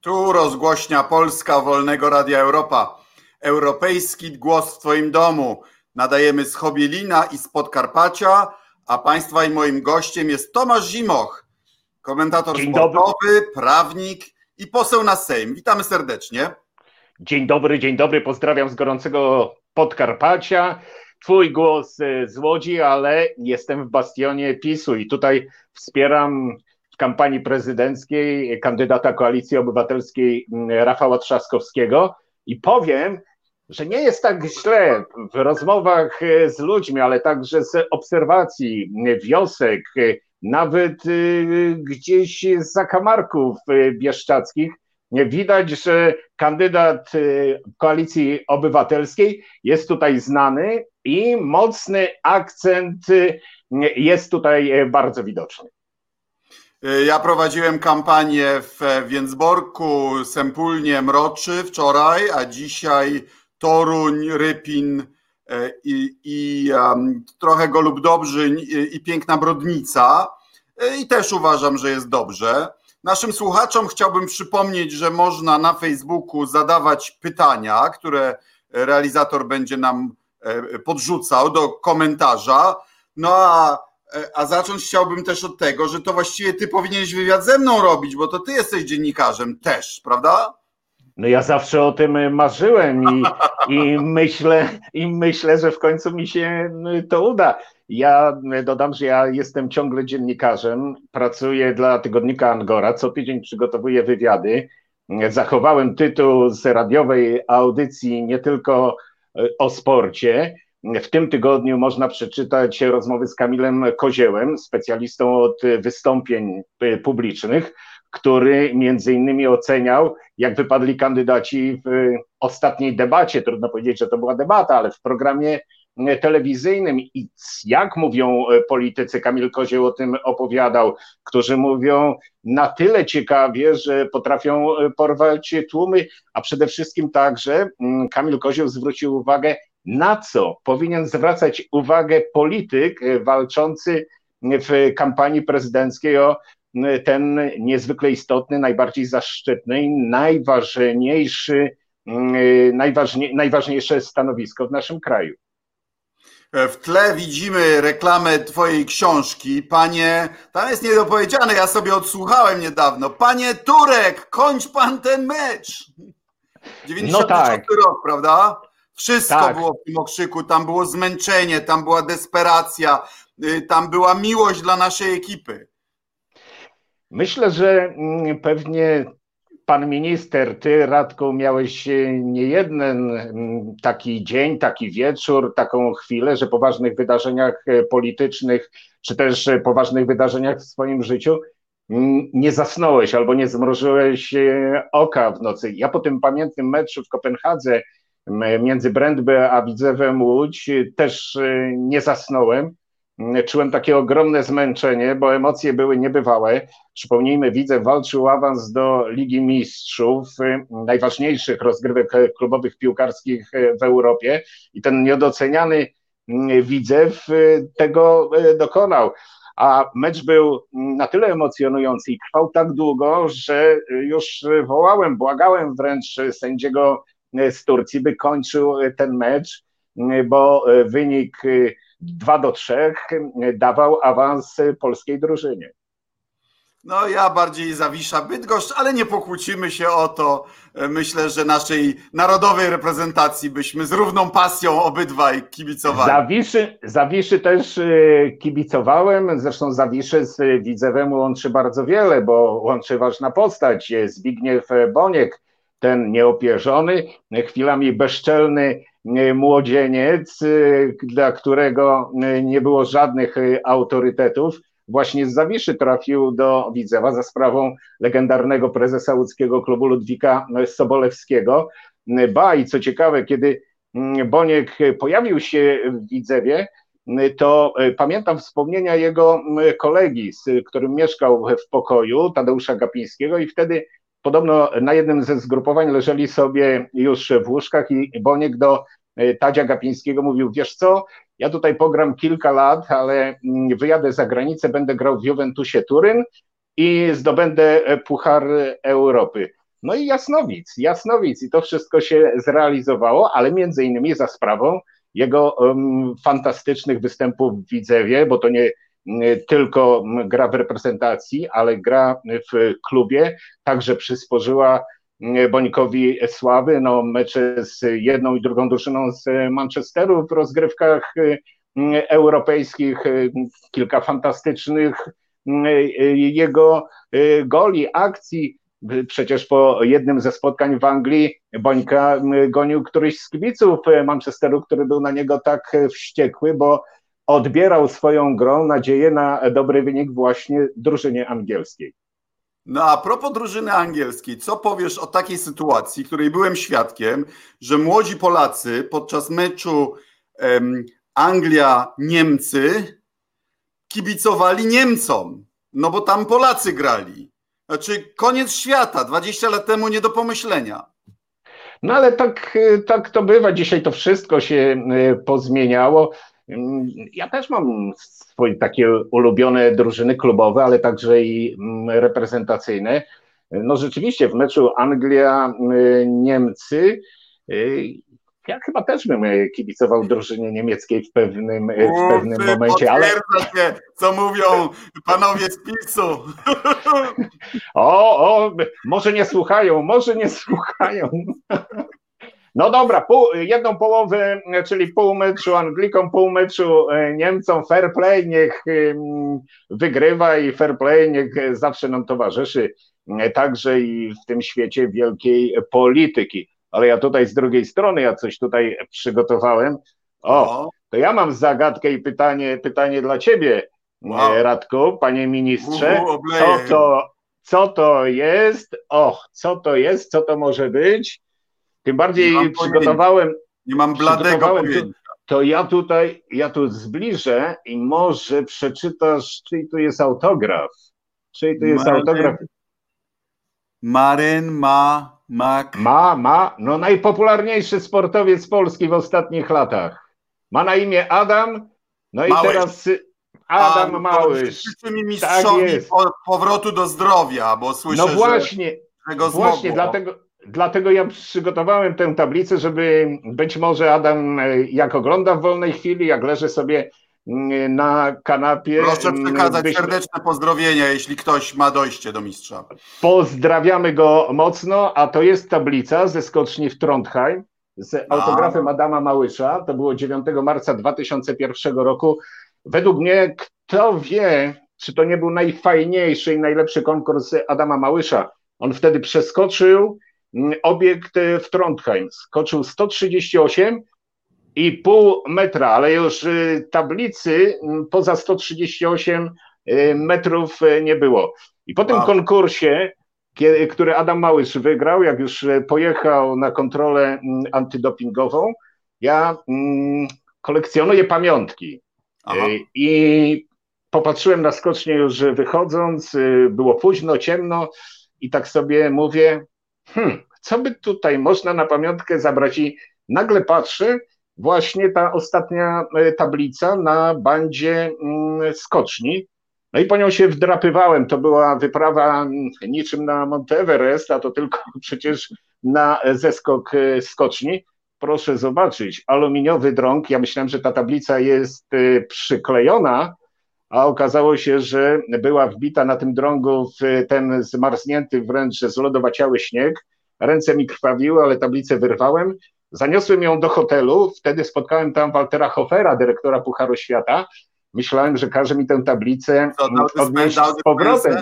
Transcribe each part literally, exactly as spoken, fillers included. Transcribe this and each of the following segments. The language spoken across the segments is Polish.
Tu rozgłośnia Polska Wolnego Radia Europa. Europejski głos w Twoim domu. Nadajemy z Chobielina i z Podkarpacia, a Państwa i moim gościem jest Tomasz Zimoch, komentator Dzień sportowy, dobry. prawnik i poseł na Sejm. Witamy serdecznie. Dzień dobry, dzień dobry. Pozdrawiam z gorącego Podkarpacia. Twój głos z Łodzi, ale jestem w bastionie PiSu i tutaj wspieram w kampanii prezydenckiej kandydata Koalicji Obywatelskiej Rafała Trzaskowskiego i powiem, że nie jest tak źle w rozmowach z ludźmi, ale także z obserwacji wiosek, nawet gdzieś z zakamarków bieszczadzkich. Widać, że kandydat Koalicji Obywatelskiej jest tutaj znany i mocny akcent jest tutaj bardzo widoczny. Ja prowadziłem kampanię w Więcborku, Sępólnie, Mroczy wczoraj, a dzisiaj Toruń, Rypin i, i um, trochę Golub-Dobrzyń i, i piękna Brodnica. I też uważam, że jest dobrze. Naszym słuchaczom chciałbym przypomnieć, że można na Facebooku zadawać pytania, które realizator będzie nam podrzucał do komentarza. No a, a zacząć chciałbym też od tego, że to właściwie ty powinieneś wywiad ze mną robić, bo to ty jesteś dziennikarzem też, prawda? No ja zawsze o tym marzyłem i, i, myślę, i myślę, że w końcu mi się to uda. Ja dodam, że ja jestem ciągle dziennikarzem, pracuję dla tygodnika Angora, co tydzień przygotowuję wywiady. Zachowałem tytuł z radiowej audycji nie tylko o sporcie. W tym tygodniu można przeczytać rozmowy z Kamilem Koziełem, specjalistą od wystąpień publicznych, który między innymi oceniał, jak wypadli kandydaci w ostatniej debacie. Trudno powiedzieć, że to była debata, ale w programie telewizyjnym i jak mówią politycy, Kamil Kozieł o tym opowiadał, którzy mówią na tyle ciekawie, że potrafią porwać tłumy, a przede wszystkim także Kamil Kozieł zwrócił uwagę, na co powinien zwracać uwagę polityk walczący w kampanii prezydenckiej o ten niezwykle istotny, najbardziej zaszczytny i najważniejszy, najważniej, najważniejsze stanowisko w naszym kraju. W tle widzimy reklamę twojej książki. Panie, tam jest niedopowiedziane, ja sobie odsłuchałem niedawno. Panie Turek, kończ pan ten mecz. dziewięćdziesiąty No tak. rok, prawda? Wszystko tak. było w tym okrzyku, tam było zmęczenie, tam była desperacja, tam była miłość dla naszej ekipy. Myślę, że pewnie pan minister, ty, Radku, miałeś nie jeden taki dzień, taki wieczór, taką chwilę, że po ważnych wydarzeniach politycznych, czy też po ważnych wydarzeniach w swoim życiu nie zasnąłeś albo nie zmrużyłeś oka w nocy. Ja po tym pamiętnym meczu w Kopenhadze między Brøndby a Widzewem Łódź też nie zasnąłem. Czułem takie ogromne zmęczenie, bo emocje były niebywałe. Przypomnijmy, Widzew walczył o awans do Ligi Mistrzów, najważniejszych rozgrywek klubowych piłkarskich w Europie i ten niedoceniany Widzew tego dokonał. A mecz był na tyle emocjonujący i trwał tak długo, że już wołałem, błagałem wręcz sędziego z Turcji, by kończył ten mecz, bo wynik dwa do trzech dawał awans polskiej drużynie. No ja bardziej Zawisza Bydgoszcz, ale nie pokłócimy się o to. Myślę, że naszej narodowej reprezentacji byśmy z równą pasją obydwaj kibicowali. Zawiszy, Zawiszy też kibicowałem, zresztą Zawiszy z Widzewem łączy bardzo wiele, bo łączy ważna postać, Zbigniew Boniek, ten nieopierzony, chwilami bezczelny młodzieniec, dla którego nie było żadnych autorytetów, właśnie z Zawiszy trafił do Widzewa za sprawą legendarnego prezesa łódzkiego klubu Ludwika Sobolewskiego. Ba i co ciekawe, kiedy Boniek pojawił się w Widzewie, to pamiętam wspomnienia jego kolegi, z którym mieszkał w pokoju, Tadeusza Gapińskiego, i wtedy podobno na jednym ze zgrupowań leżeli sobie już w łóżkach i Boniek do Tadzia Gapińskiego mówił: wiesz co, ja tutaj pogram kilka lat, ale wyjadę za granicę, będę grał w Juventusie Turyn i zdobędę Puchar Europy. no i Jasnowic, Jasnowic i to wszystko się zrealizowało, ale między innymi za sprawą jego um, fantastycznych występów w Widzewie, bo to nie, nie tylko gra w reprezentacji, ale gra w klubie, także przysporzyła Bońkowi sławy, no mecze z jedną i drugą drużyną z Manchesteru w rozgrywkach europejskich, kilka fantastycznych jego goli, akcji. Przecież po jednym ze spotkań w Anglii Bońka gonił któryś z kibiców Manchesteru, który był na niego tak wściekły, bo odbierał swoją grą nadzieję na dobry wynik właśnie drużynie angielskiej. No a propos drużyny angielskiej, co powiesz o takiej sytuacji, której byłem świadkiem, że młodzi Polacy podczas meczu um, Anglia-Niemcy kibicowali Niemcom, no bo tam Polacy grali. Znaczy koniec świata, dwadzieścia lat temu nie do pomyślenia. No ale tak, tak to bywa, dzisiaj to wszystko się pozmieniało. Ja też mam swoje takie ulubione drużyny klubowe, ale także i reprezentacyjne. No rzeczywiście w meczu Anglia-Niemcy ja chyba też bym kibicował drużynie niemieckiej w pewnym, w pewnym Ufy, momencie, ale... Się, co mówią panowie z PiSu. O, o, może nie słuchają, może nie słuchają. No dobra, pół, jedną połowę, czyli pół meczu Anglikom, pół meczu Niemcom, fair play niech wygrywa i fair play niech zawsze nam towarzyszy, także i w tym świecie wielkiej polityki. Ale ja tutaj z drugiej strony, ja coś tutaj przygotowałem. O, to ja mam zagadkę i pytanie, pytanie dla ciebie, wow. Radku, panie ministrze. Co to, co to jest? Och, co to jest? Co to może być? Tym bardziej nie przygotowałem. Nie mam bladego pojęcia. To, to ja tutaj, ja tu zbliżę i może przeczytasz, czyj tu jest autograf. Czyj tu jest Maryn, autograf? Maryn ma... Mac. Ma, ma, no najpopularniejszy sportowiec Polski w ostatnich latach. Ma na imię Adam, no i Małysz. Teraz Adam A, Małysz. Życzę mi mistrzowi tak powrotu do zdrowia, bo słyszę, no właśnie, że go właśnie dlatego, dlatego ja przygotowałem tę tablicę, żeby być może Adam, jak ogląda w wolnej chwili, jak leży sobie na kanapie. Proszę przekazać byśmy... serdeczne pozdrowienia, jeśli ktoś ma dojście do mistrza. Pozdrawiamy go mocno, a to jest tablica ze skoczni w Trondheim z autografem Adama Małysza. To było dziewiątego marca dwa tysiące pierwszego roku. Według mnie, kto wie, czy to nie był najfajniejszy i najlepszy konkurs Adama Małysza. On wtedy przeskoczył obiekt w Trondheim. Skoczył sto trzydzieści osiem i pół metra, ale już tablicy poza sto trzydzieści osiem metrów nie było. I po tym wow. konkursie, który Adam Małysz wygrał, jak już pojechał na kontrolę antydopingową, ja kolekcjonuję pamiątki. Aha. I popatrzyłem na skocznię już wychodząc, było późno, ciemno i tak sobie mówię, hmm, co by tutaj można na pamiątkę zabrać? I nagle patrzę, właśnie ta ostatnia tablica na bandzie skoczni. No i po nią się wdrapywałem. To była wyprawa niczym na Monte Everest, a to tylko przecież na zeskok skoczni. Proszę zobaczyć, aluminiowy drąg. Ja myślałem, że ta tablica jest przyklejona, a okazało się, że była wbita na tym drągu w ten zmarznięty wręcz zlodowaciały śnieg. Ręce mi krwawiły, ale tablicę wyrwałem. Zaniosłem ją do hotelu, wtedy spotkałem tam Waltera Hofera, dyrektora Pucharu Świata. Myślałem, że każe mi tę tablicę odnieść z powrotem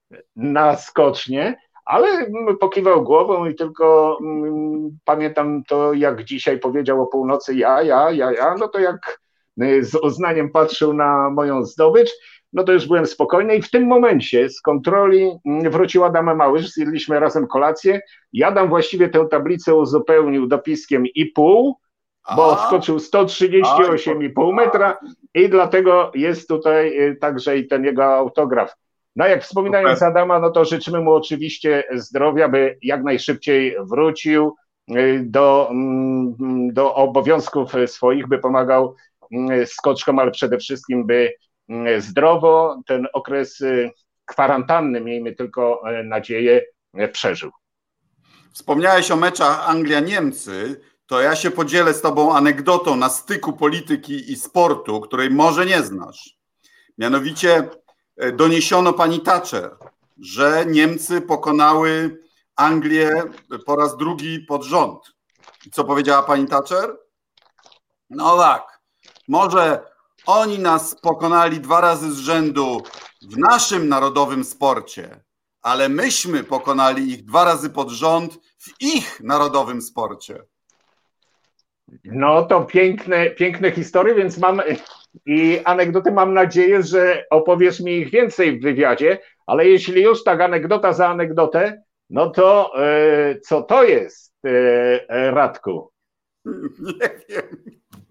na skocznię, ale pokiwał głową i tylko mm, pamiętam to, jak dzisiaj powiedział o północy ja, ja, ja, ja, no to jak z uznaniem patrzył na moją zdobycz, no to już byłem spokojny i w tym momencie z kontroli wrócił Adam Małysz, zjedliśmy razem kolację i Adam właściwie tę tablicę uzupełnił dopiskiem i pół, bo skoczył sto trzydzieści osiem i pół metra i dlatego jest tutaj także i ten jego autograf. No jak wspominając Adama, no to życzymy mu oczywiście zdrowia, by jak najszybciej wrócił do, do obowiązków swoich, by pomagał skoczkom, ale przede wszystkim by zdrowo ten okres kwarantanny, miejmy tylko nadzieję, przeżył. Wspomniałeś o meczach Anglia-Niemcy, to ja się podzielę z tobą anegdotą na styku polityki i sportu, której może nie znasz. Mianowicie doniesiono pani Thatcher, że Niemcy pokonały Anglię po raz drugi pod rząd. I co powiedziała pani Thatcher? No tak, może oni nas pokonali dwa razy z rzędu w naszym narodowym sporcie, ale myśmy pokonali ich dwa razy pod rząd w ich narodowym sporcie. No to piękne, piękne historie, więc mam i anegdoty, mam nadzieję, że opowiesz mi ich więcej w wywiadzie, ale jeśli już tak anegdota za anegdotę, no to e, co to jest, e, Radku? Nie wiem.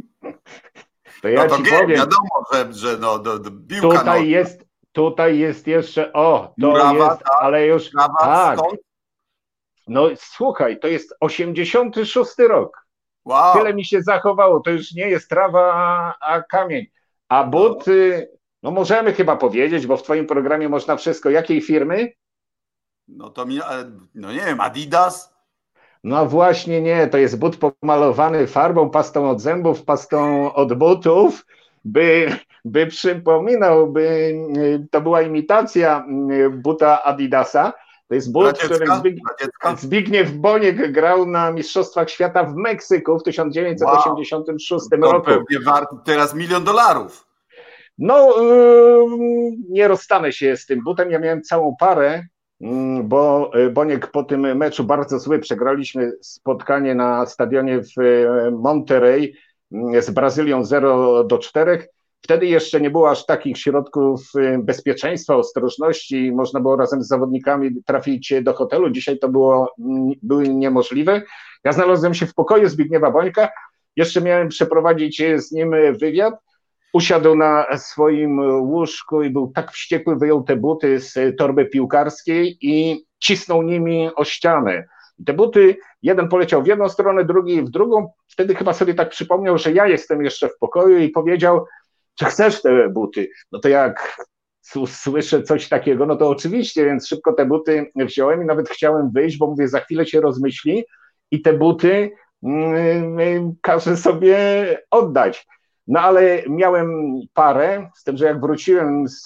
To ja no to ci wiem, powiem. Wiadomo, że, że no, do, do, piłka tutaj no. jest, tutaj jest jeszcze, o, to Murawa, jest, tak, ale już, Murawa, tak, skąd? no słuchaj, to jest osiemdziesiąty szósty rok. Wow. Tyle mi się zachowało, to już nie jest trawa, a, a kamień. A but, no. no możemy chyba powiedzieć, bo w twoim programie można wszystko. Jakiej firmy? No to mi, no nie wiem, Adidas? No właśnie nie, to jest but pomalowany farbą, pastą od zębów, pastą od butów, by, by przypominał, by to była imitacja buta Adidasa. To jest but, w którym Zbigniew, Zbigniew Boniek grał na Mistrzostwach Świata w Meksyku w tysiąc dziewięćset osiemdziesiątym szóstym wow. roku. To pewnie warto teraz milion dolarów. No, yy, nie rozstanę się z tym butem. Ja miałem całą parę, yy, bo Boniek po tym meczu bardzo zły. Przegraliśmy spotkanie na stadionie w Monterrey yy, z Brazylią zero do czterech. Wtedy jeszcze nie było aż takich środków bezpieczeństwa, ostrożności. Można było razem z zawodnikami trafić do hotelu. Dzisiaj to było, było niemożliwe. Ja znalazłem się w pokoju Zbigniewa Bońka. Jeszcze miałem przeprowadzić z nim wywiad. Usiadł na swoim łóżku i był tak wściekły, wyjął te buty z torby piłkarskiej i cisnął nimi o ścianę. Te buty, jeden poleciał w jedną stronę, drugi w drugą. Wtedy chyba sobie tak przypomniał, że ja jestem jeszcze w pokoju i powiedział, czy chcesz te buty? No to jak słyszę coś takiego, no to oczywiście, więc szybko te buty wziąłem i nawet chciałem wyjść, bo mówię, za chwilę się rozmyśli i te buty yy, każę sobie oddać. No ale miałem parę, z tym, że jak wróciłem z,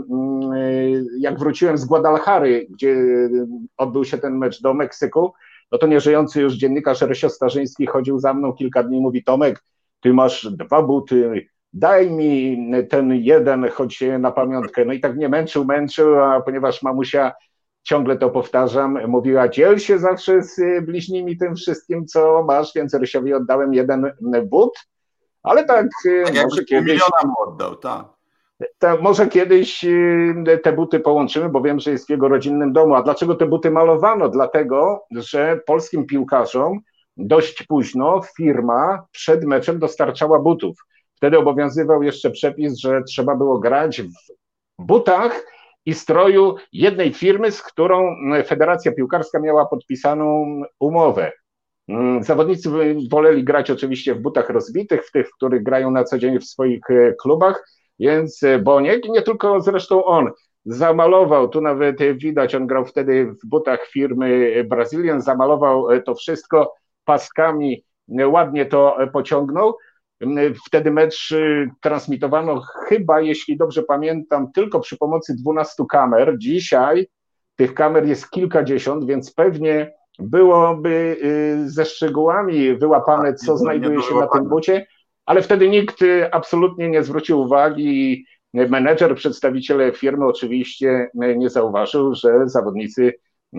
jak wróciłem z Guadalajary, gdzie odbył się ten mecz do Meksyku, no to nieżyjący już dziennikarz Rysio Starzyński chodził za mną kilka dni i mówi, Tomek, ty masz dwa buty, daj mi ten jeden, choć na pamiątkę. No i tak mnie męczył, męczył, a ponieważ mamusia, ciągle to powtarzam, mówiła, dziel się zawsze z bliźnimi tym wszystkim, co masz, więc Rysiowi oddałem jeden but. Ale tak, tak może kiedyś, mu oddał, tak. To może kiedyś te buty połączymy, bo wiem, że jest w jego rodzinnym domu. A dlaczego te buty malowano? Dlatego, że polskim piłkarzom dość późno firma przed meczem dostarczała butów. Wtedy obowiązywał jeszcze przepis, że trzeba było grać w butach i stroju jednej firmy, z którą Federacja Piłkarska miała podpisaną umowę. Zawodnicy woleli grać oczywiście w butach rozbitych, w tych, w których grają na co dzień w swoich klubach, więc Boniek, nie tylko zresztą on, zamalował, tu nawet widać, on grał wtedy w butach firmy Brazilian, zamalował to wszystko paskami, ładnie to pociągnął. Wtedy mecz transmitowano chyba, jeśli dobrze pamiętam, tylko przy pomocy dwunastu kamer. Dzisiaj tych kamer jest kilkadziesiąt, więc pewnie byłoby ze szczegółami wyłapane, co znajduje się na tym bucie, ale wtedy nikt absolutnie nie zwrócił uwagi. Menedżer, przedstawiciele firmy oczywiście nie zauważył, że zawodnicy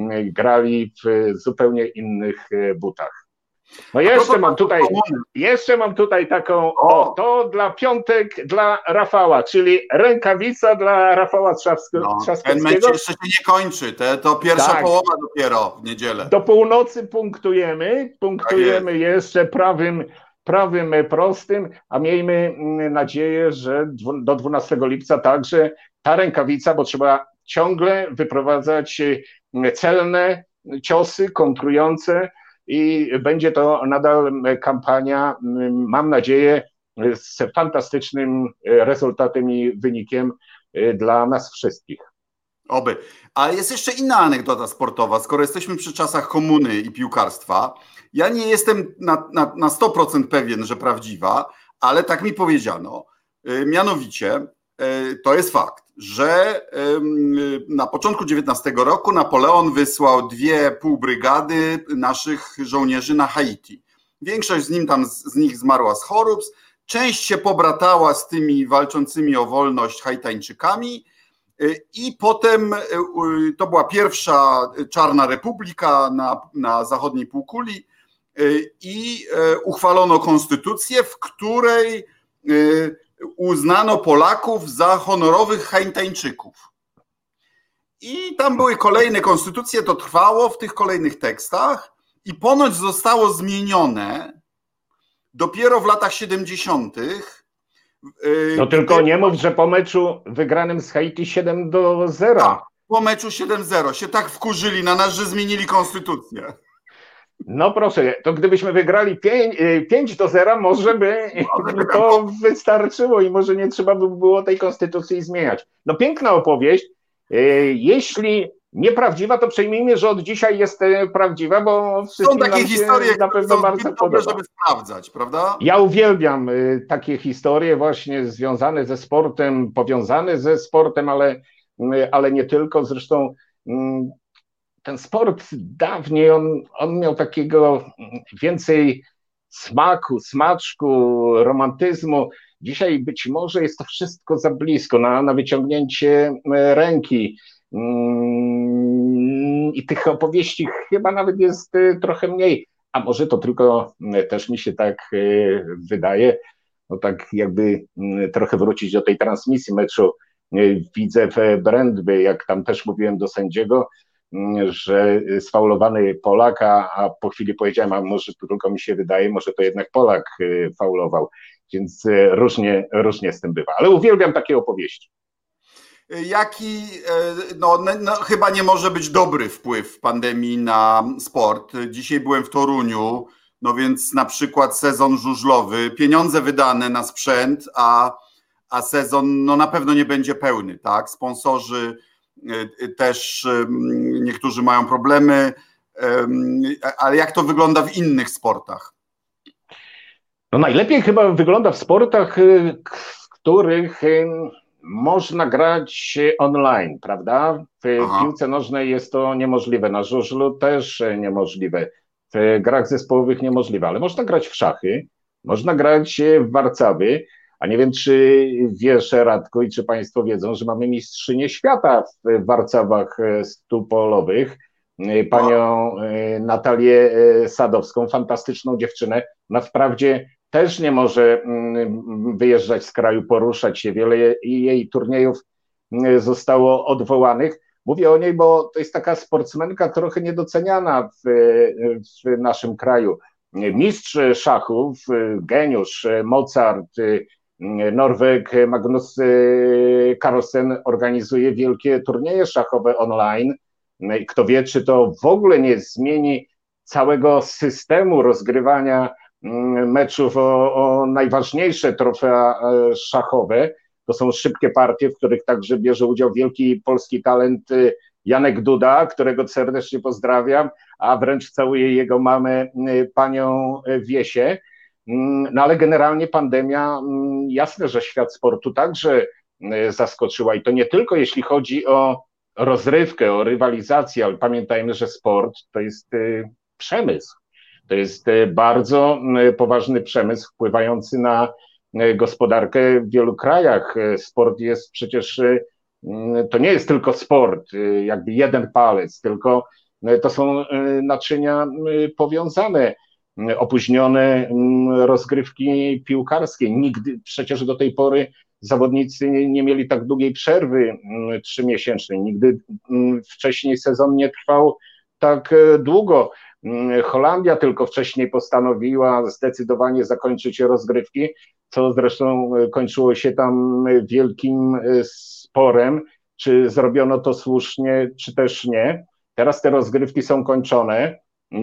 grali w zupełnie innych butach. No jeszcze mam tutaj, jeszcze mam tutaj taką, o, to dla piątek dla Rafała, czyli rękawica dla Rafała Trzasko, no, Trzaskowskiego. Ten mecz jeszcze się nie kończy, te, to pierwsza tak. połowa dopiero w niedzielę. Do północy punktujemy, punktujemy tak jeszcze prawym, prawym prostym, a miejmy nadzieję, że do dwunastego lipca także ta rękawica, bo trzeba ciągle wyprowadzać celne ciosy kontrujące, i będzie to nadal kampania, mam nadzieję, z fantastycznym rezultatem i wynikiem dla nas wszystkich. Oby. Ale jest jeszcze inna anegdota sportowa, skoro jesteśmy przy czasach komuny i piłkarstwa. Ja nie jestem na, na, na sto procent pewien, że prawdziwa, ale tak mi powiedziano. Mianowicie to jest fakt, że na początku dziewiętnastego roku Napoleon wysłał dwie półbrygady naszych żołnierzy na Haiti. Większość z, nim tam, z nich zmarła z chorób, część się pobratała z tymi walczącymi o wolność Haitańczykami i potem to była pierwsza Czarna Republika na, na zachodniej półkuli i uchwalono konstytucję, w której uznano Polaków za honorowych Haitańczyków. I tam były kolejne konstytucje, to trwało w tych kolejnych tekstach i ponoć zostało zmienione dopiero w latach siedemdziesiątych. No tylko nie mów, że po meczu wygranym z Haiti siedem do zera. Tak, po meczu siedem zero się tak wkurzyli na nas, że zmienili konstytucję. No proszę, to gdybyśmy wygrali pięć do zera, może by to wystarczyło i może nie trzeba by było tej konstytucji zmieniać. No piękna opowieść. Jeśli nieprawdziwa, to przejmijmy, że od dzisiaj jest prawdziwa, bo są takie historie, na pewno są bardzo dobre, podoba. żeby sprawdzać, prawda? Ja uwielbiam takie historie właśnie związane ze sportem, powiązane ze sportem, ale, ale nie tylko. Zresztą ten sport dawniej, on, on miał takiego więcej smaku, smaczku, romantyzmu. Dzisiaj być może jest to wszystko za blisko, na, na wyciągnięcie ręki. I tych opowieści chyba nawet jest trochę mniej. A może to tylko też mi się tak wydaje, no tak jakby trochę wrócić do tej transmisji meczu. Widzę w Brandby, jak tam też mówiłem do sędziego, że sfaulowany Polak, a, a po chwili powiedziałem, a może tu tylko mi się wydaje, może to jednak Polak faulował, więc różnie, różnie z tym bywa, ale uwielbiam takie opowieści. Jaki, no, no chyba nie może być dobry wpływ pandemii na sport. Dzisiaj byłem w Toruniu, no więc na przykład sezon żużlowy, pieniądze wydane na sprzęt, a, a sezon no na pewno nie będzie pełny, tak? Sponsorzy też niektórzy mają problemy, ale jak to wygląda w innych sportach? No najlepiej chyba wygląda w sportach, w których można grać online, prawda? W Aha. piłce nożnej jest to niemożliwe, na żużlu też niemożliwe, w grach zespołowych niemożliwe, ale można grać w szachy, można grać w warcaby. A nie wiem, czy wiesz, Radku, i czy Państwo wiedzą, że mamy mistrzynię świata w warcabach stupolowych, panią Natalię Sadowską, fantastyczną dziewczynę. Ona wprawdzie też nie może wyjeżdżać z kraju, poruszać się, wiele jej turniejów zostało odwołanych. Mówię o niej, bo to jest taka sportsmenka trochę niedoceniana w, w naszym kraju. Mistrz szachów, geniusz, Mozart, Norweg Magnus Carlsen organizuje wielkie turnieje szachowe online. Kto wie, czy to w ogóle nie zmieni całego systemu rozgrywania meczów o, o najważniejsze trofea szachowe. To są szybkie partie, w których także bierze udział wielki polski talent Janek Duda, którego serdecznie pozdrawiam, a wręcz całuję jego mamę, panią Wiesię. No ale generalnie pandemia, jasne, że świat sportu także zaskoczyła i to nie tylko jeśli chodzi o rozrywkę, o rywalizację, ale pamiętajmy, że sport to jest przemysł. To jest bardzo poważny przemysł wpływający na gospodarkę w wielu krajach. Sport jest przecież, to nie jest tylko sport, jakby jeden palec, tylko to są naczynia powiązane. Opóźnione rozgrywki piłkarskie. Nigdy przecież do tej pory zawodnicy nie mieli tak długiej przerwy trzymiesięcznej. Nigdy wcześniej sezon nie trwał tak długo. Holandia tylko wcześniej postanowiła zdecydowanie zakończyć rozgrywki, co zresztą kończyło się tam wielkim sporem, czy zrobiono to słusznie, czy też nie. Teraz te rozgrywki są kończone.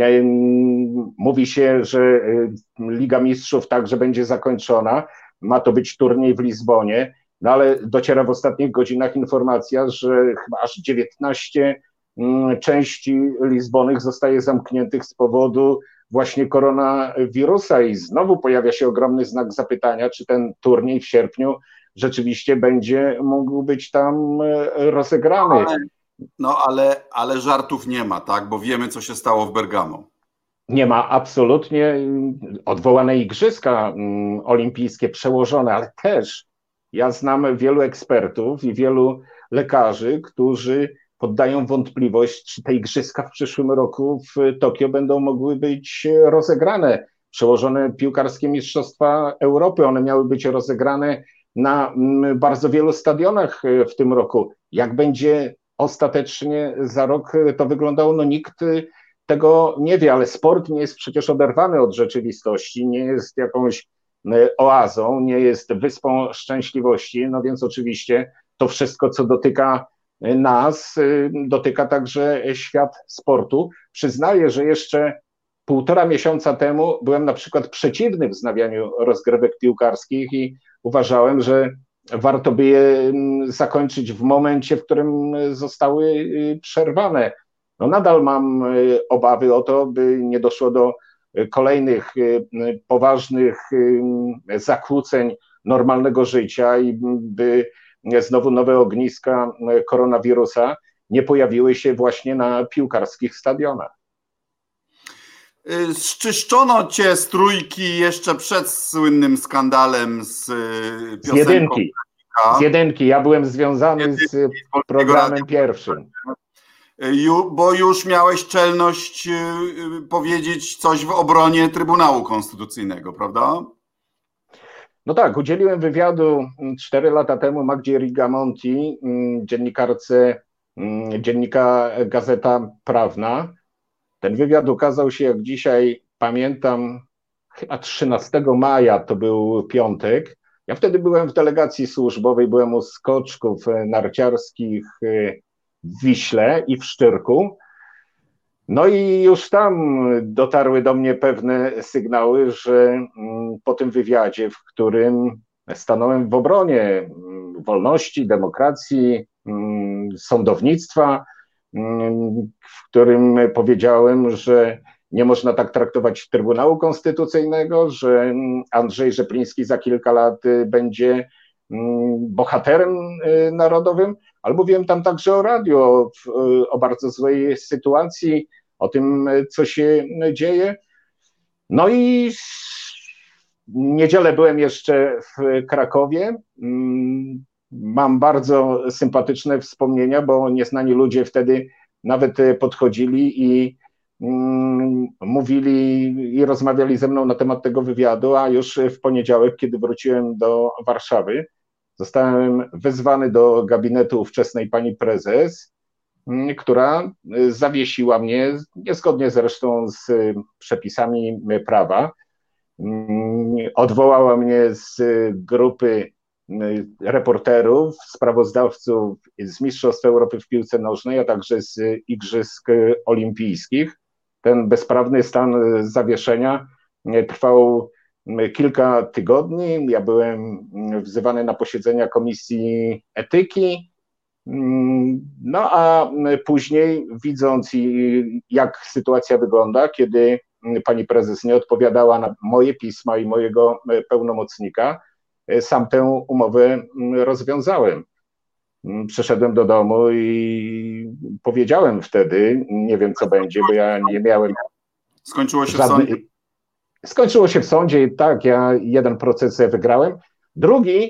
Mówi się, że Liga Mistrzów także będzie zakończona. Ma to być turniej w Lizbonie. no ale dociera w ostatnich godzinach informacja, że chyba aż dziewiętnaście części Lizbony zostaje zamkniętych z powodu właśnie koronawirusa i znowu pojawia się ogromny znak zapytania, czy ten turniej w sierpniu rzeczywiście będzie mógł być tam rozegrany. Ale, no ale, ale żartów nie ma, tak? Bo wiemy, co się stało w Bergamo. Nie ma absolutnie. Odwołane igrzyska olimpijskie przełożone, ale też ja znam wielu ekspertów i wielu lekarzy, którzy poddają wątpliwość, czy te igrzyska w przyszłym roku w Tokio będą mogły być rozegrane. Przełożone piłkarskie Mistrzostwa Europy, one miały być rozegrane na bardzo wielu stadionach w tym roku. Jak będzie ostatecznie za rok to wyglądało, no nikt tego nie wie, ale sport nie jest przecież oderwany od rzeczywistości, nie jest jakąś oazą, nie jest wyspą szczęśliwości, no więc oczywiście to wszystko, co dotyka nas, dotyka także świat sportu. Przyznaję, że jeszcze półtora miesiąca temu byłem na przykład przeciwny wznawianiu rozgrywek piłkarskich i uważałem, że warto by je zakończyć w momencie, w którym zostały przerwane. No nadal mam obawy o to, by nie doszło do kolejnych poważnych zakłóceń normalnego życia i by znowu nowe ogniska koronawirusa nie pojawiły się właśnie na piłkarskich stadionach. Szczyszczono cię z trójki jeszcze przed słynnym skandalem z piosenką. Z jedynki. Z jedynki. Ja byłem związany z programem pierwszym. Bo już miałeś czelność powiedzieć coś w obronie Trybunału Konstytucyjnego, prawda? No tak, udzieliłem wywiadu cztery lata temu Magdzie Rigamonti, dziennikarce dziennika Gazeta Prawna. Ten wywiad ukazał się, jak dzisiaj pamiętam, chyba trzynastego maja, to był piątek. Ja wtedy byłem w delegacji służbowej, byłem u skoczków narciarskich w Wiśle i w Szczyrku. No i już tam dotarły do mnie pewne sygnały, że po tym wywiadzie, w którym stanąłem w obronie wolności, demokracji, sądownictwa, w którym powiedziałem, że nie można tak traktować Trybunału Konstytucyjnego, że Andrzej Rzepliński za kilka lat będzie bohaterem narodowym, ale mówiłem tam także o radiu, o, o bardzo złej sytuacji, o tym, co się dzieje. No i w niedzielę byłem jeszcze w Krakowie. Mam bardzo sympatyczne wspomnienia, bo nieznani ludzie wtedy nawet podchodzili i mm, mówili i rozmawiali ze mną na temat tego wywiadu, a już w poniedziałek, kiedy wróciłem do Warszawy, zostałem wezwany do gabinetu ówczesnej pani prezes, która zawiesiła mnie, niezgodnie zresztą z przepisami prawa, odwołała mnie z grupy reporterów, sprawozdawców z Mistrzostw Europy w piłce nożnej, a także z Igrzysk Olimpijskich. Ten bezprawny stan zawieszenia trwał kilka tygodni. Ja byłem wzywany na posiedzenia Komisji Etyki, no a później, widząc jak sytuacja wygląda, kiedy pani prezes nie odpowiadała na moje pisma i mojego pełnomocnika, sam tę umowę rozwiązałem. Przyszedłem do domu i powiedziałem wtedy, nie wiem co będzie, bo ja nie miałem... Skończyło się żadnej... w sądzie? Skończyło się w sądzie i tak, ja jeden proces wygrałem. Drugi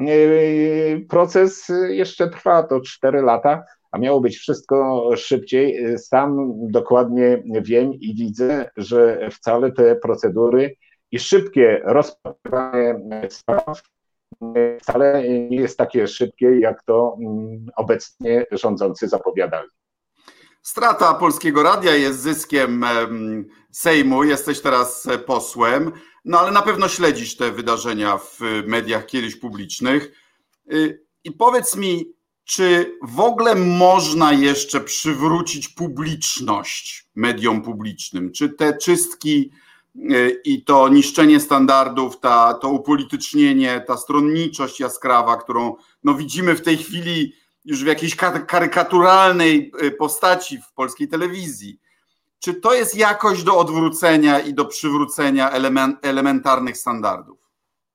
proces jeszcze trwa, to cztery lata, a miało być wszystko szybciej. Sam dokładnie wiem i widzę, że wcale te procedury i szybkie rozpatrywanie spraw wcale nie jest takie szybkie, jak to obecnie rządzący zapowiadali. Strata Polskiego Radia jest zyskiem Sejmu, jesteś teraz posłem, no ale na pewno śledzisz te wydarzenia w mediach kiedyś publicznych. I powiedz mi, czy w ogóle można jeszcze przywrócić publiczność mediom publicznym? Czy te czystki i to niszczenie standardów, ta, to upolitycznienie, ta stronniczość jaskrawa, którą no, widzimy w tej chwili już w jakiejś karykaturalnej postaci w polskiej telewizji. Czy to jest jakoś do odwrócenia i do przywrócenia element, elementarnych standardów?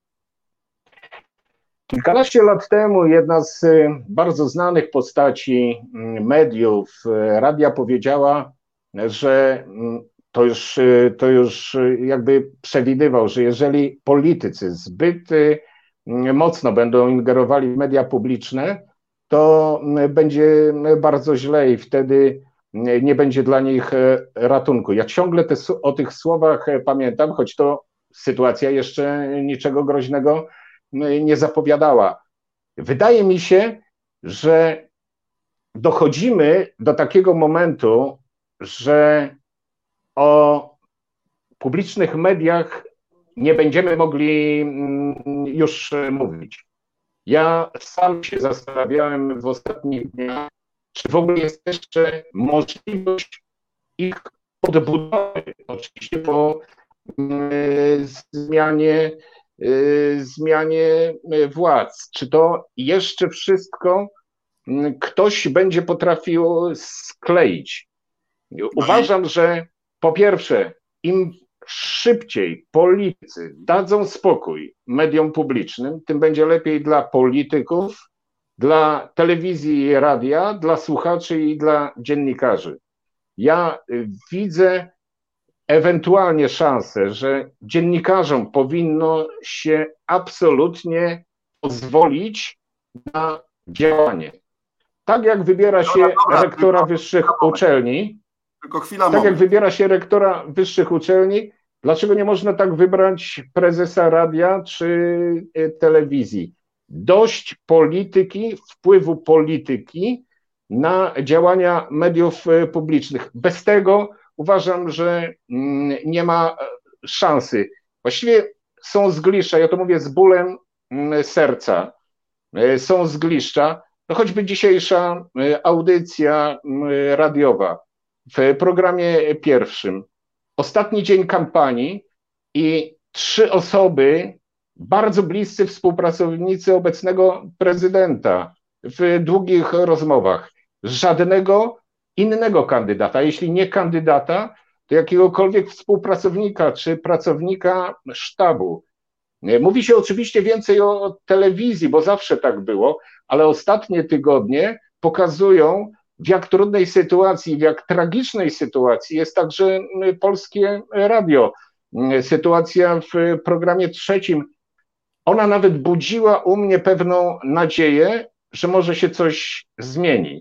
Kilkanaście lat temu jedna z bardzo znanych postaci mediów, radia powiedziała, że to już, to już jakby przewidywał, że jeżeli politycy zbyt mocno będą ingerowali w media publiczne, to będzie bardzo źle i wtedy nie będzie dla nich ratunku. Ja ciągle te, o tych słowach pamiętam, choć to sytuacja jeszcze niczego groźnego nie zapowiadała. Wydaje mi się, że dochodzimy do takiego momentu, że o publicznych mediach nie będziemy mogli już mówić. Ja sam się zastanawiałem w ostatnich dniach, czy w ogóle jest jeszcze możliwość ich odbudowy, oczywiście po zmianie, zmianie władz. Czy to jeszcze wszystko ktoś będzie potrafił skleić? Uważam, że po pierwsze, im szybciej politycy dadzą spokój mediom publicznym, tym będzie lepiej dla polityków, dla telewizji i radia, dla słuchaczy i dla dziennikarzy. Ja widzę ewentualnie szansę, że dziennikarzom powinno się absolutnie pozwolić na działanie. Tak jak wybiera się dobra, dobra, rektora tylko, wyższych tylko uczelni, tylko chwila tak moment. jak wybiera się rektora wyższych uczelni, dlaczego nie można tak wybrać prezesa radia czy telewizji? Dość polityki, wpływu polityki na działania mediów publicznych. Bez tego uważam, że nie ma szansy. Właściwie są zgliszcza, ja to mówię z bólem serca, są zgliszcza, no choćby dzisiejsza audycja radiowa w programie pierwszym. Ostatni dzień kampanii i trzy osoby, bardzo bliscy współpracownicy obecnego prezydenta w długich rozmowach. Żadnego innego kandydata, jeśli nie kandydata, to jakiegokolwiek współpracownika czy pracownika sztabu. Mówi się oczywiście więcej o telewizji, bo zawsze tak było, ale ostatnie tygodnie pokazują, w jak trudnej sytuacji, w jak tragicznej sytuacji jest także Polskie Radio. Sytuacja w programie trzecim, ona nawet budziła u mnie pewną nadzieję, że może się coś zmieni,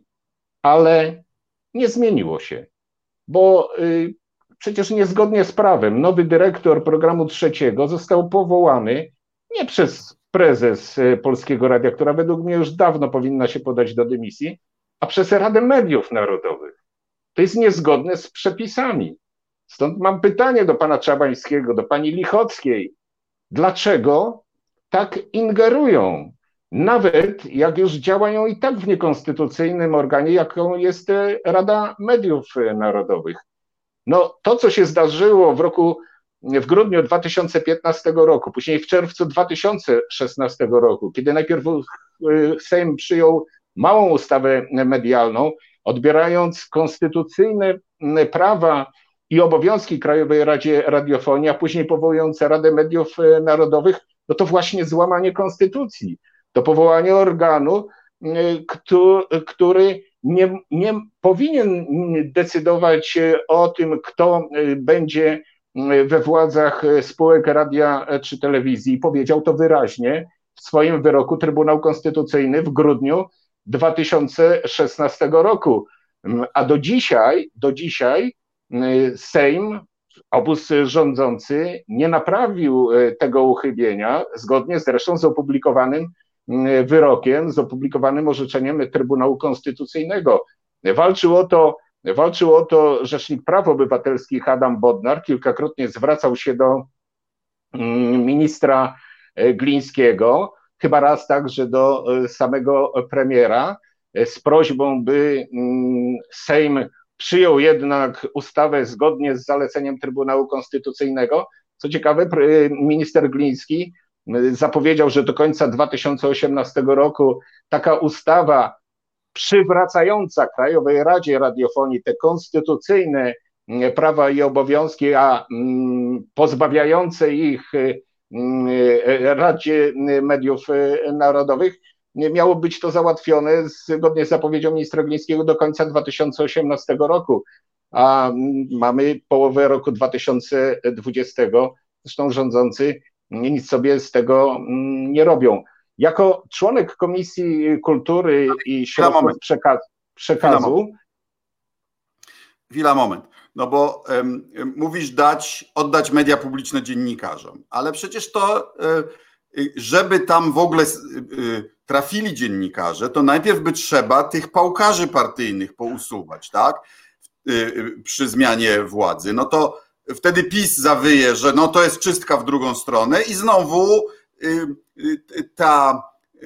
ale nie zmieniło się, bo y, przecież niezgodnie z prawem nowy dyrektor programu trzeciego został powołany nie przez prezes Polskiego Radia, która według mnie już dawno powinna się podać do dymisji, a przez Radę Mediów Narodowych. To jest niezgodne z przepisami. Stąd mam pytanie do pana Czabańskiego, do pani Lichockiej. Dlaczego tak ingerują? Nawet jak już działają i tak w niekonstytucyjnym organie, jaką jest Rada Mediów Narodowych. No to, co się zdarzyło w roku, w grudniu dwa tysiące piętnastego roku, później w czerwcu dwa tysiące szesnastego roku, kiedy najpierw Sejm przyjął małą ustawę medialną, odbierając konstytucyjne prawa i obowiązki Krajowej Radzie Radiofonii, a później powołując Radę Mediów Narodowych, no to właśnie złamanie konstytucji. To powołanie organu, który nie, nie powinien decydować o tym, kto będzie we władzach spółek radia czy telewizji. Powiedział to wyraźnie w swoim wyroku Trybunał Konstytucyjny w grudniu dwa tysiące szesnastego roku. A do dzisiaj, do dzisiaj Sejm, obóz rządzący nie naprawił tego uchybienia, zgodnie zresztą z opublikowanym wyrokiem, z opublikowanym orzeczeniem Trybunału Konstytucyjnego. Walczył o to, walczył o to Rzecznik Praw Obywatelskich Adam Bodnar, kilkakrotnie zwracał się do ministra Glińskiego, chyba raz także do samego premiera, z prośbą, by Sejm przyjął jednak ustawę zgodnie z zaleceniem Trybunału Konstytucyjnego. Co ciekawe, minister Gliński zapowiedział, że do końca dwa tysiące osiemnastego roku taka ustawa przywracająca Krajowej Radzie Radiofonii te konstytucyjne prawa i obowiązki, a pozbawiające ich Radzie Mediów Narodowych, miało być to załatwione zgodnie z zapowiedzią ministra Glińskiego do końca dwa tysiące osiemnastego roku, a mamy połowę roku dwa tysiące dwudziestego. Zresztą rządzący nic sobie z tego nie robią. Jako członek Komisji Kultury i Środków Przeka- Przekazu... Chwila, moment. No bo um, mówisz dać, oddać media publiczne dziennikarzom, ale przecież to, żeby tam w ogóle trafili dziennikarze, to najpierw by trzeba tych pałkarzy partyjnych pousuwać, tak? Przy zmianie władzy. No to wtedy PiS zawyje, że no to jest czystka w drugą stronę i znowu ta,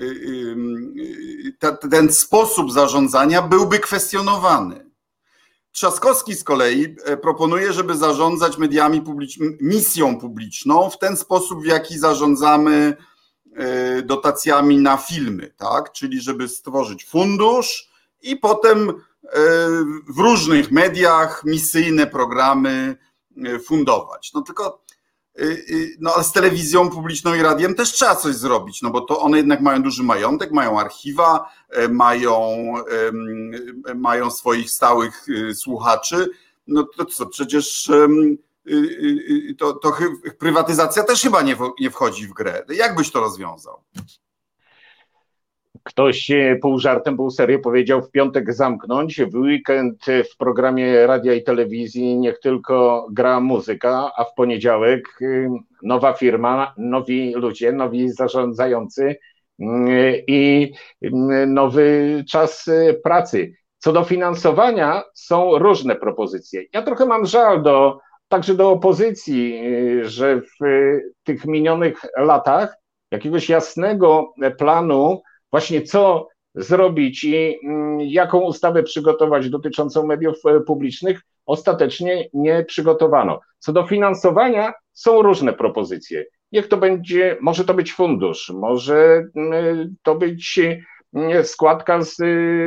ta, ten sposób zarządzania byłby kwestionowany. Trzaskowski z kolei proponuje, żeby zarządzać mediami publicznymi, misją publiczną w ten sposób, w jaki zarządzamy dotacjami na filmy, tak? Czyli żeby stworzyć fundusz i potem w różnych mediach misyjne programy fundować. No tylko no ale z telewizją publiczną i radiem też trzeba coś zrobić, no bo to one jednak mają duży majątek, mają archiwa, mają, mają swoich stałych słuchaczy. No to co, przecież to, to prywatyzacja też chyba nie, nie wchodzi w grę. Jak byś to rozwiązał? Ktoś pół żartem, pół serio powiedział w piątek zamknąć, w weekend w programie radia i telewizji niech tylko gra muzyka, a w poniedziałek nowa firma, nowi ludzie, nowi zarządzający i nowy czas pracy. Co do finansowania są różne propozycje. Ja trochę mam żal do, także do opozycji, że w tych minionych latach jakiegoś jasnego planu właśnie co zrobić i jaką ustawę przygotować dotyczącą mediów publicznych ostatecznie nie przygotowano. Co do finansowania są różne propozycje. Niech to będzie, może to być fundusz, może to być składka z,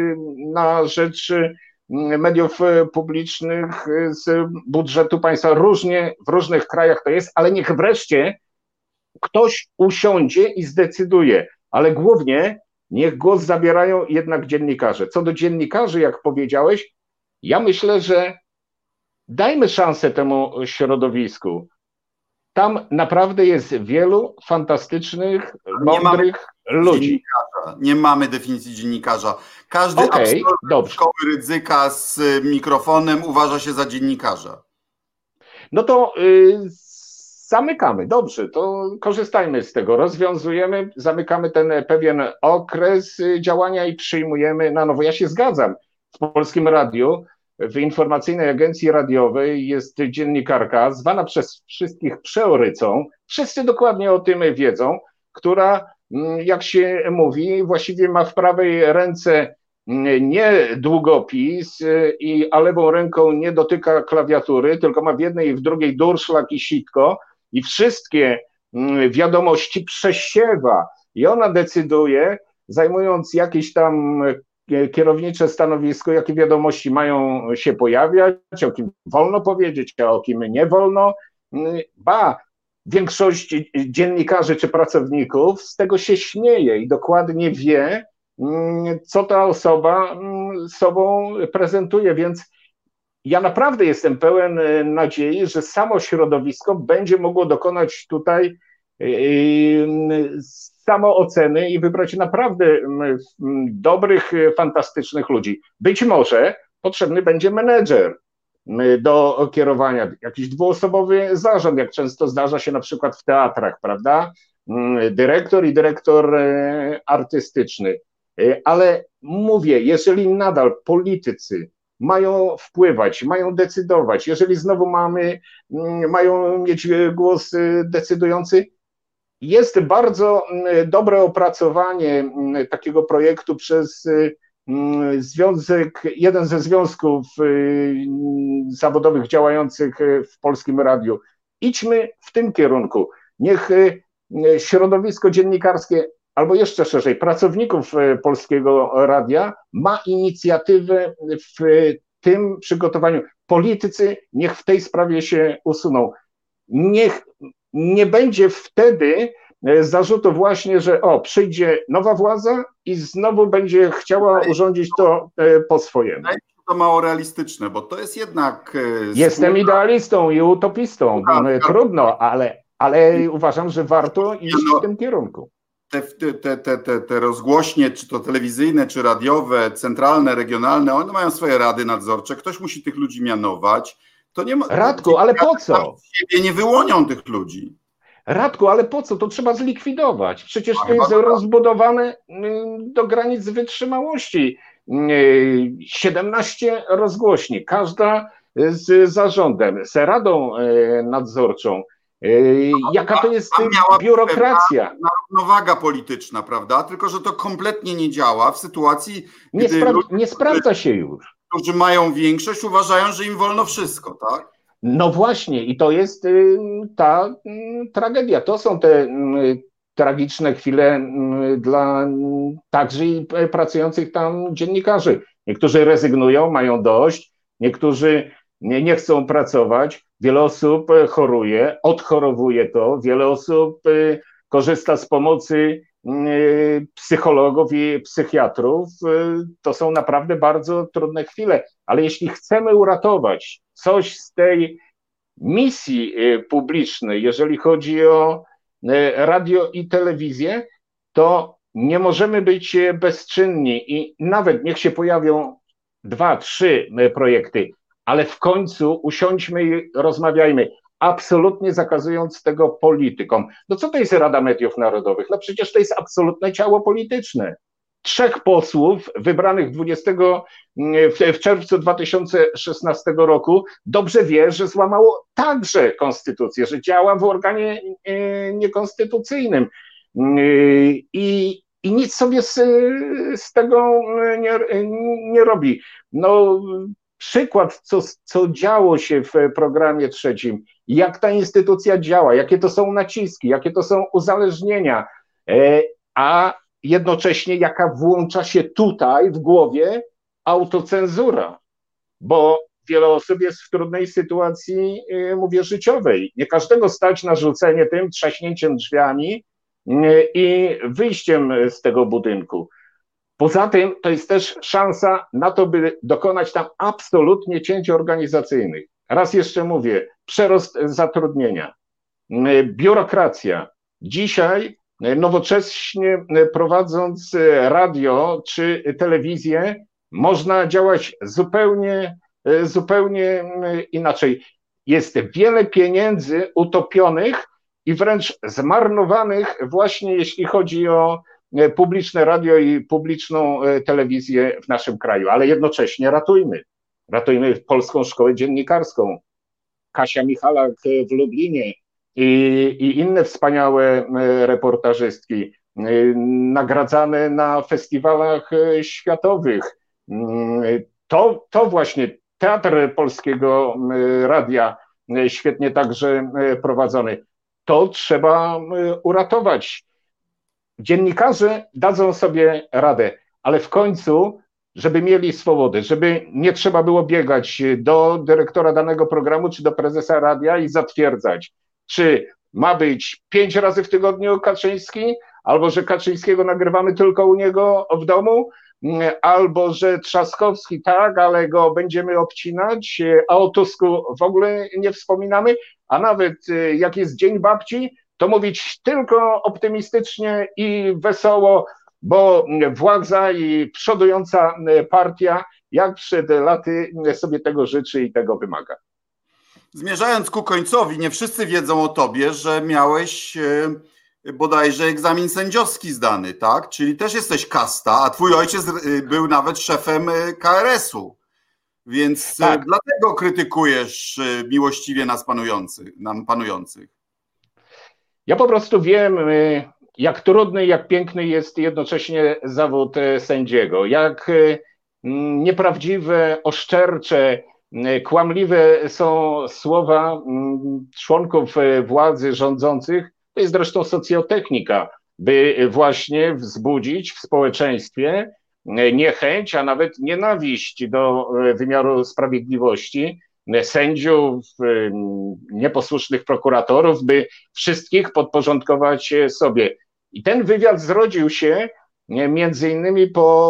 na rzecz mediów publicznych z budżetu państwa. Różnie w różnych krajach to jest, ale niech wreszcie ktoś usiądzie i zdecyduje, ale głównie niech głos zabierają jednak dziennikarze. Co do dziennikarzy, jak powiedziałeś, ja myślę, że dajmy szansę temu środowisku. Tam naprawdę jest wielu fantastycznych, mądrych ludzi. Nie mamy definicji dziennikarza. Każdy okay, absolwent szkoły Rydzyka z mikrofonem uważa się za dziennikarza. No to yy, zamykamy, dobrze, to korzystajmy z tego, rozwiązujemy, zamykamy ten pewien okres działania i przyjmujemy na nowo. Ja się zgadzam, w Polskim Radiu, w Informacyjnej Agencji Radiowej jest dziennikarka zwana przez wszystkich przeorycą, wszyscy dokładnie o tym wiedzą, która, jak się mówi, właściwie ma w prawej ręce nie długopis, i, a lewą ręką nie dotyka klawiatury, tylko ma w jednej i w drugiej durszlak i sitko i wszystkie wiadomości przesiewa i ona decyduje, zajmując jakieś tam kierownicze stanowisko, jakie wiadomości mają się pojawiać, o kim wolno powiedzieć, a o kim nie wolno. Ba, większość dziennikarzy czy pracowników z tego się śmieje i dokładnie wie, co ta osoba sobą prezentuje, więc ja naprawdę jestem pełen nadziei, że samo środowisko będzie mogło dokonać tutaj samooceny i wybrać naprawdę dobrych, fantastycznych ludzi. Być może potrzebny będzie menedżer do kierowania, jakiś dwuosobowy zarząd, jak często zdarza się na przykład w teatrach, prawda? Dyrektor i dyrektor artystyczny. Ale mówię, jeżeli nadal politycy mają wpływać, mają decydować, jeżeli znowu mamy, mają mieć głos decydujący, jest bardzo dobre opracowanie takiego projektu przez związek, jeden ze związków zawodowych działających w Polskim Radiu. Idźmy w tym kierunku. Niech środowisko dziennikarskie, albo jeszcze szerzej, pracowników Polskiego Radia ma inicjatywę w tym przygotowaniu. Politycy niech w tej sprawie się usuną. Niech nie będzie wtedy zarzutu właśnie, że o, przyjdzie nowa władza i znowu będzie chciała urządzić to po swojemu. To mało realistyczne, bo to jest jednak... Jestem idealistą i utopistą, trudno, ale, ale uważam, że warto iść w tym kierunku. Te, te, te, te, te rozgłośnie, czy to telewizyjne, czy radiowe, centralne, regionalne, one mają swoje rady nadzorcze, ktoś musi tych ludzi mianować. To nie ma... Radku, ale po co? Siebie nie wyłonią tych ludzi. Radku, ale po co? To trzeba zlikwidować. Przecież to jest rozbudowane do granic wytrzymałości. siedemnaście rozgłośni, każda z zarządem, z radą nadzorczą. Jaka to jest biurokracja? Równowaga polityczna, prawda? Tylko że to kompletnie nie działa w sytuacji, nie gdy spra- ludzie, nie sprawdza się już. Którzy mają większość, uważają, że im wolno wszystko, tak? No właśnie, i to jest ta tragedia. To są te tragiczne chwile dla także i pracujących tam dziennikarzy. Niektórzy rezygnują, mają dość, niektórzy nie, nie chcą pracować, wiele osób choruje, odchorowuje to, wiele osób korzysta z pomocy psychologów i psychiatrów. To są naprawdę bardzo trudne chwile, ale jeśli chcemy uratować coś z tej misji publicznej, jeżeli chodzi o radio i telewizję, to nie możemy być bezczynni i nawet niech się pojawią dwa, trzy projekty, ale w końcu usiądźmy i rozmawiajmy, absolutnie zakazując tego politykom. No co to jest Rada Mediów Narodowych? No przecież to jest absolutne ciało polityczne. Trzech posłów wybranych dwudziestego w czerwcu dwa tysiące szesnastego roku dobrze wie, że złamało także konstytucję, że działa w organie niekonstytucyjnym i, i nic sobie z, z tego nie, nie robi. No przykład, co, co działo się w programie trzecim, jak ta instytucja działa, jakie to są naciski, jakie to są uzależnienia, a jednocześnie jaka włącza się tutaj w głowie autocenzura, bo wiele osób jest w trudnej sytuacji, mówię, życiowej. Nie każdego stać na rzucenie tym, trzaśnięciem drzwiami i wyjściem z tego budynku. Poza tym to jest też szansa na to, by dokonać tam absolutnie cięć organizacyjnych. Raz jeszcze mówię, przerost zatrudnienia, biurokracja. Dzisiaj nowocześnie prowadząc radio czy telewizję, można działać zupełnie, zupełnie inaczej. Jest wiele pieniędzy utopionych i wręcz zmarnowanych właśnie jeśli chodzi o publiczne radio i publiczną telewizję w naszym kraju, ale jednocześnie ratujmy. Ratujmy Polską Szkołę Dziennikarską. Kasia Michalak w Lublinie i, i inne wspaniałe reportażystki, nagradzane na festiwalach światowych. To, to właśnie Teatr Polskiego Radia, świetnie także prowadzony. To trzeba uratować. Dziennikarze dadzą sobie radę, ale w końcu, żeby mieli swobodę, żeby nie trzeba było biegać do dyrektora danego programu czy do prezesa radia i zatwierdzać, czy ma być pięć razy w tygodniu Kaczyński, albo że Kaczyńskiego nagrywamy tylko u niego w domu, albo że Trzaskowski tak, ale go będziemy obcinać, a o Tusku w ogóle nie wspominamy, a nawet jak jest Dzień Babci, to mówić tylko optymistycznie i wesoło, bo władza i przodująca partia jak przed laty sobie tego życzy i tego wymaga. Zmierzając ku końcowi, nie wszyscy wiedzą o tobie, że miałeś bodajże egzamin sędziowski zdany, tak? Czyli też jesteś kasta, a twój ojciec był nawet szefem K R S u, więc tak. Dlatego krytykujesz miłościwie nas panujących, nam panujących. Ja po prostu wiem, jak trudny, jak piękny jest jednocześnie zawód sędziego, jak nieprawdziwe, oszczercze, kłamliwe są słowa członków władzy rządzących. To jest zresztą socjotechnika, by właśnie wzbudzić w społeczeństwie niechęć, a nawet nienawiść do wymiaru sprawiedliwości, sędziów, nieposłusznych prokuratorów, by wszystkich podporządkować sobie. I ten wywiad zrodził się między innymi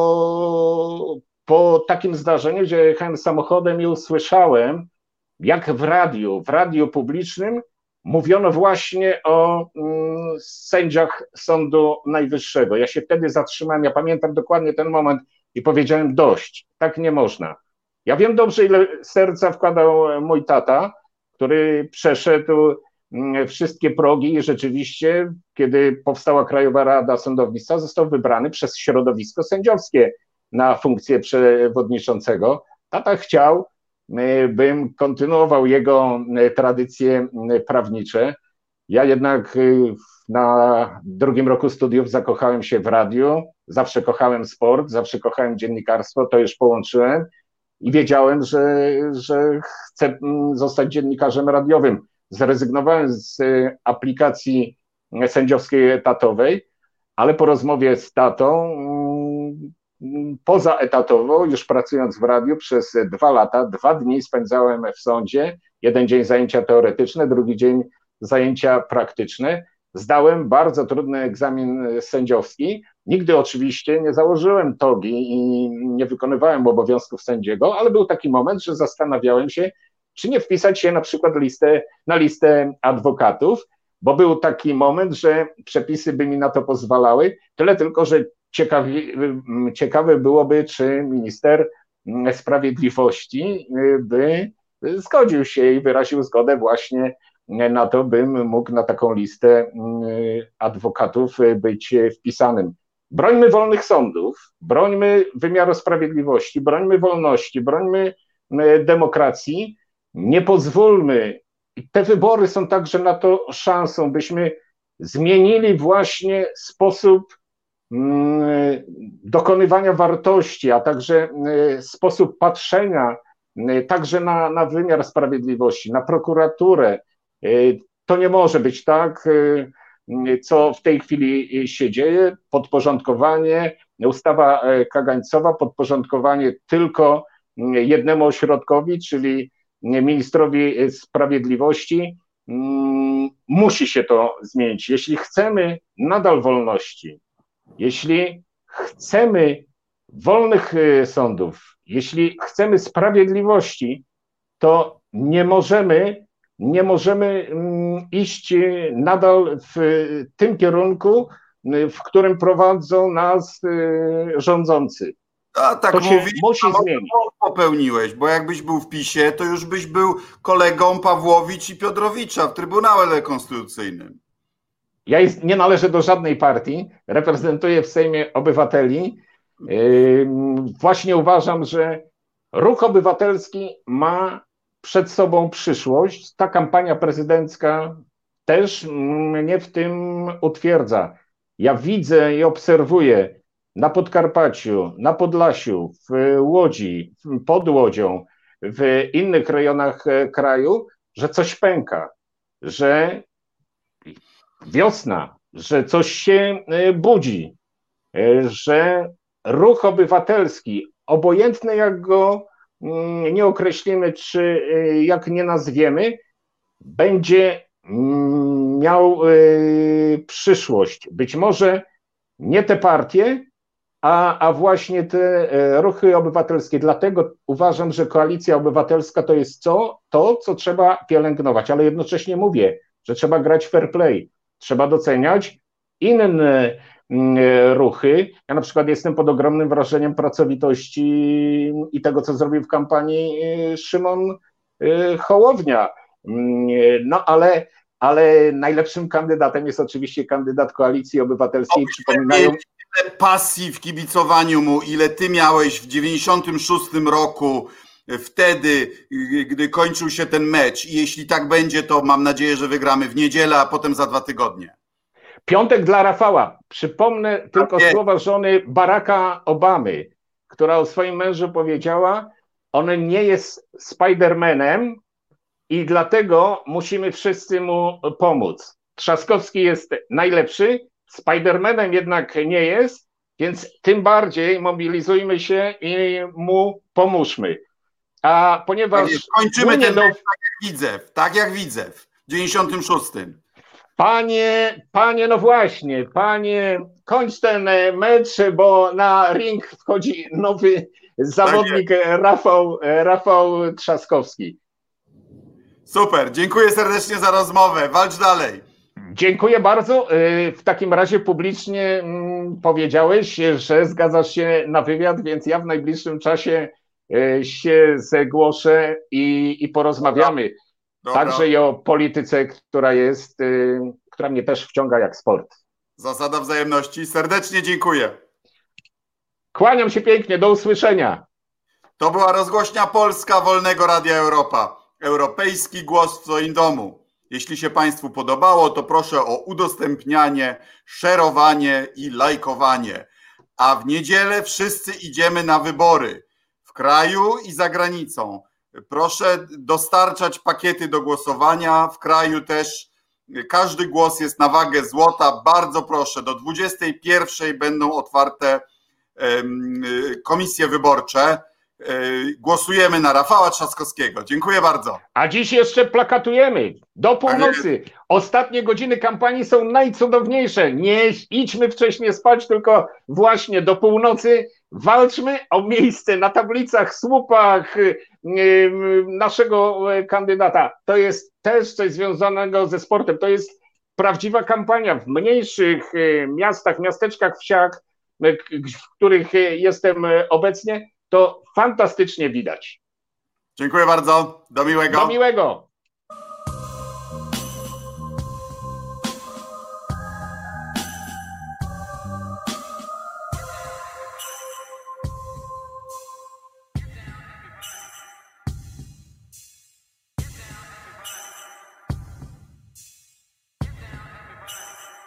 po, po takim zdarzeniu, gdzie jechałem samochodem i usłyszałem, jak w radiu, w radiu publicznym mówiono właśnie o mm, sędziach Sądu Najwyższego. Ja się wtedy zatrzymałem, ja pamiętam dokładnie ten moment i powiedziałem dość, tak nie można. Ja wiem dobrze, ile serca wkładał mój tata, który przeszedł wszystkie progi i rzeczywiście, kiedy powstała Krajowa Rada Sądownictwa, został wybrany przez środowisko sędziowskie na funkcję przewodniczącego. Tata chciał, bym kontynuował jego tradycje prawnicze. Ja jednak na drugim roku studiów zakochałem się w radiu, zawsze kochałem sport, zawsze kochałem dziennikarstwo, to już połączyłem i wiedziałem, że, że chcę zostać dziennikarzem radiowym. Zrezygnowałem z aplikacji sędziowskiej etatowej, ale po rozmowie z tatą pozaetatowo, już pracując w radiu przez dwa lata, dwa dni spędzałem w sądzie, jeden dzień zajęcia teoretyczne, drugi dzień zajęcia praktyczne. Zdałem bardzo trudny egzamin sędziowski. Nigdy oczywiście nie założyłem togi i nie wykonywałem obowiązków sędziego, ale był taki moment, że zastanawiałem się, czy nie wpisać się na przykład listę, na listę adwokatów, bo był taki moment, że przepisy by mi na to pozwalały, tyle tylko, że ciekawi, ciekawe byłoby, czy minister sprawiedliwości by zgodził się i wyraził zgodę właśnie na to, bym mógł na taką listę adwokatów być wpisanym. Brońmy wolnych sądów, brońmy wymiaru sprawiedliwości, brońmy wolności, brońmy demokracji, nie pozwólmy, i te wybory są także na to szansą, byśmy zmienili właśnie sposób dokonywania wartości, a także sposób patrzenia także na, na wymiar sprawiedliwości, na prokuraturę. To nie może być tak, co w tej chwili się dzieje, podporządkowanie, ustawa kagańcowa, podporządkowanie tylko jednemu ośrodkowi, czyli ministrowi sprawiedliwości. Musi się to zmienić. Jeśli chcemy nadal wolności, jeśli chcemy wolnych sądów, jeśli chcemy sprawiedliwości, to nie możemy, nie możemy iść nadal w tym kierunku, w którym prowadzą nas rządzący. A tak to się mówisz, musi zmienić. Popełniłeś, bo jakbyś był w PiSie, to już byś był kolegą Pawłowicz i Piotrowicza w Trybunale Konstytucyjnym. Ja jest, nie należę do żadnej partii, reprezentuję w Sejmie obywateli. Yy, właśnie uważam, że ruch obywatelski ma przed sobą przyszłość. Ta kampania prezydencka też mnie w tym utwierdza. Ja widzę i obserwuję na Podkarpaciu, na Podlasiu, w Łodzi, pod Łodzią, w innych rejonach kraju, że coś pęka, że wiosna, że coś się budzi, że ruch obywatelski, obojętny jak go nie określimy, czy jak nie nazwiemy, będzie miał przyszłość. Być może nie te partie, a, a właśnie te ruchy obywatelskie. Dlatego uważam, że Koalicja Obywatelska to jest co? To, co trzeba pielęgnować, ale jednocześnie mówię, że trzeba grać fair play, trzeba doceniać inne ruchy. Ja na przykład jestem pod ogromnym wrażeniem pracowitości i tego, co zrobił w kampanii Szymon Hołownia. No ale, ale najlepszym kandydatem jest oczywiście kandydat Koalicji Obywatelskiej. Przypominają... Ile pasji w kibicowaniu mu, ile ty miałeś w dziewięćdziesiątym szóstym roku, wtedy, gdy kończył się ten mecz. I jeśli tak będzie, to mam nadzieję, że wygramy w niedzielę, a potem za dwa tygodnie. Piątek dla Rafała. Przypomnę tylko nie. słowa żony Baracka Obamy, która o swoim mężu powiedziała, on nie jest Spidermanem i dlatego musimy wszyscy mu pomóc. Trzaskowski jest najlepszy, Spidermanem jednak nie jest, więc tym bardziej mobilizujmy się i mu pomóżmy. A ponieważ... Tak, kończymy ten do... mecz tak jak Widzew, tak jak Widzew w dziewięćdziesiątym szóstym. Panie, panie, no właśnie, panie, kończ ten mecz, bo na ring wchodzi nowy zawodnik Rafał, Rafał Trzaskowski. Super, dziękuję serdecznie za rozmowę, walcz dalej. Dziękuję bardzo. W takim razie publicznie powiedziałeś, że zgadzasz się na wywiad, więc ja w najbliższym czasie się zgłoszę i, i porozmawiamy. Dobra. Także i o polityce, która jest, która mnie też wciąga jak sport. Zasada wzajemności. Serdecznie dziękuję. Kłaniam się pięknie, do usłyszenia. To była rozgłośnia Polska Wolnego Radia Europa. Europejski głos w swoim domu. Jeśli się Państwu podobało, to proszę o udostępnianie, szerowanie i lajkowanie. A w niedzielę wszyscy idziemy na wybory w kraju i za granicą. Proszę dostarczać pakiety do głosowania. W kraju też każdy głos jest na wagę złota. Bardzo proszę, do dwudziestej pierwszej będą otwarte komisje wyborcze. Głosujemy na Rafała Trzaskowskiego. Dziękuję bardzo. A dziś jeszcze plakatujemy do północy. Ostatnie godziny kampanii są najcudowniejsze. Nie idźmy wcześniej spać, tylko właśnie do północy walczmy o miejsce na tablicach, słupach naszego kandydata. To jest też coś związanego ze sportem. To jest prawdziwa kampania w mniejszych miastach, miasteczkach, wsiach, w których jestem obecnie. To fantastycznie widać. Dziękuję bardzo. Do miłego. Do miłego.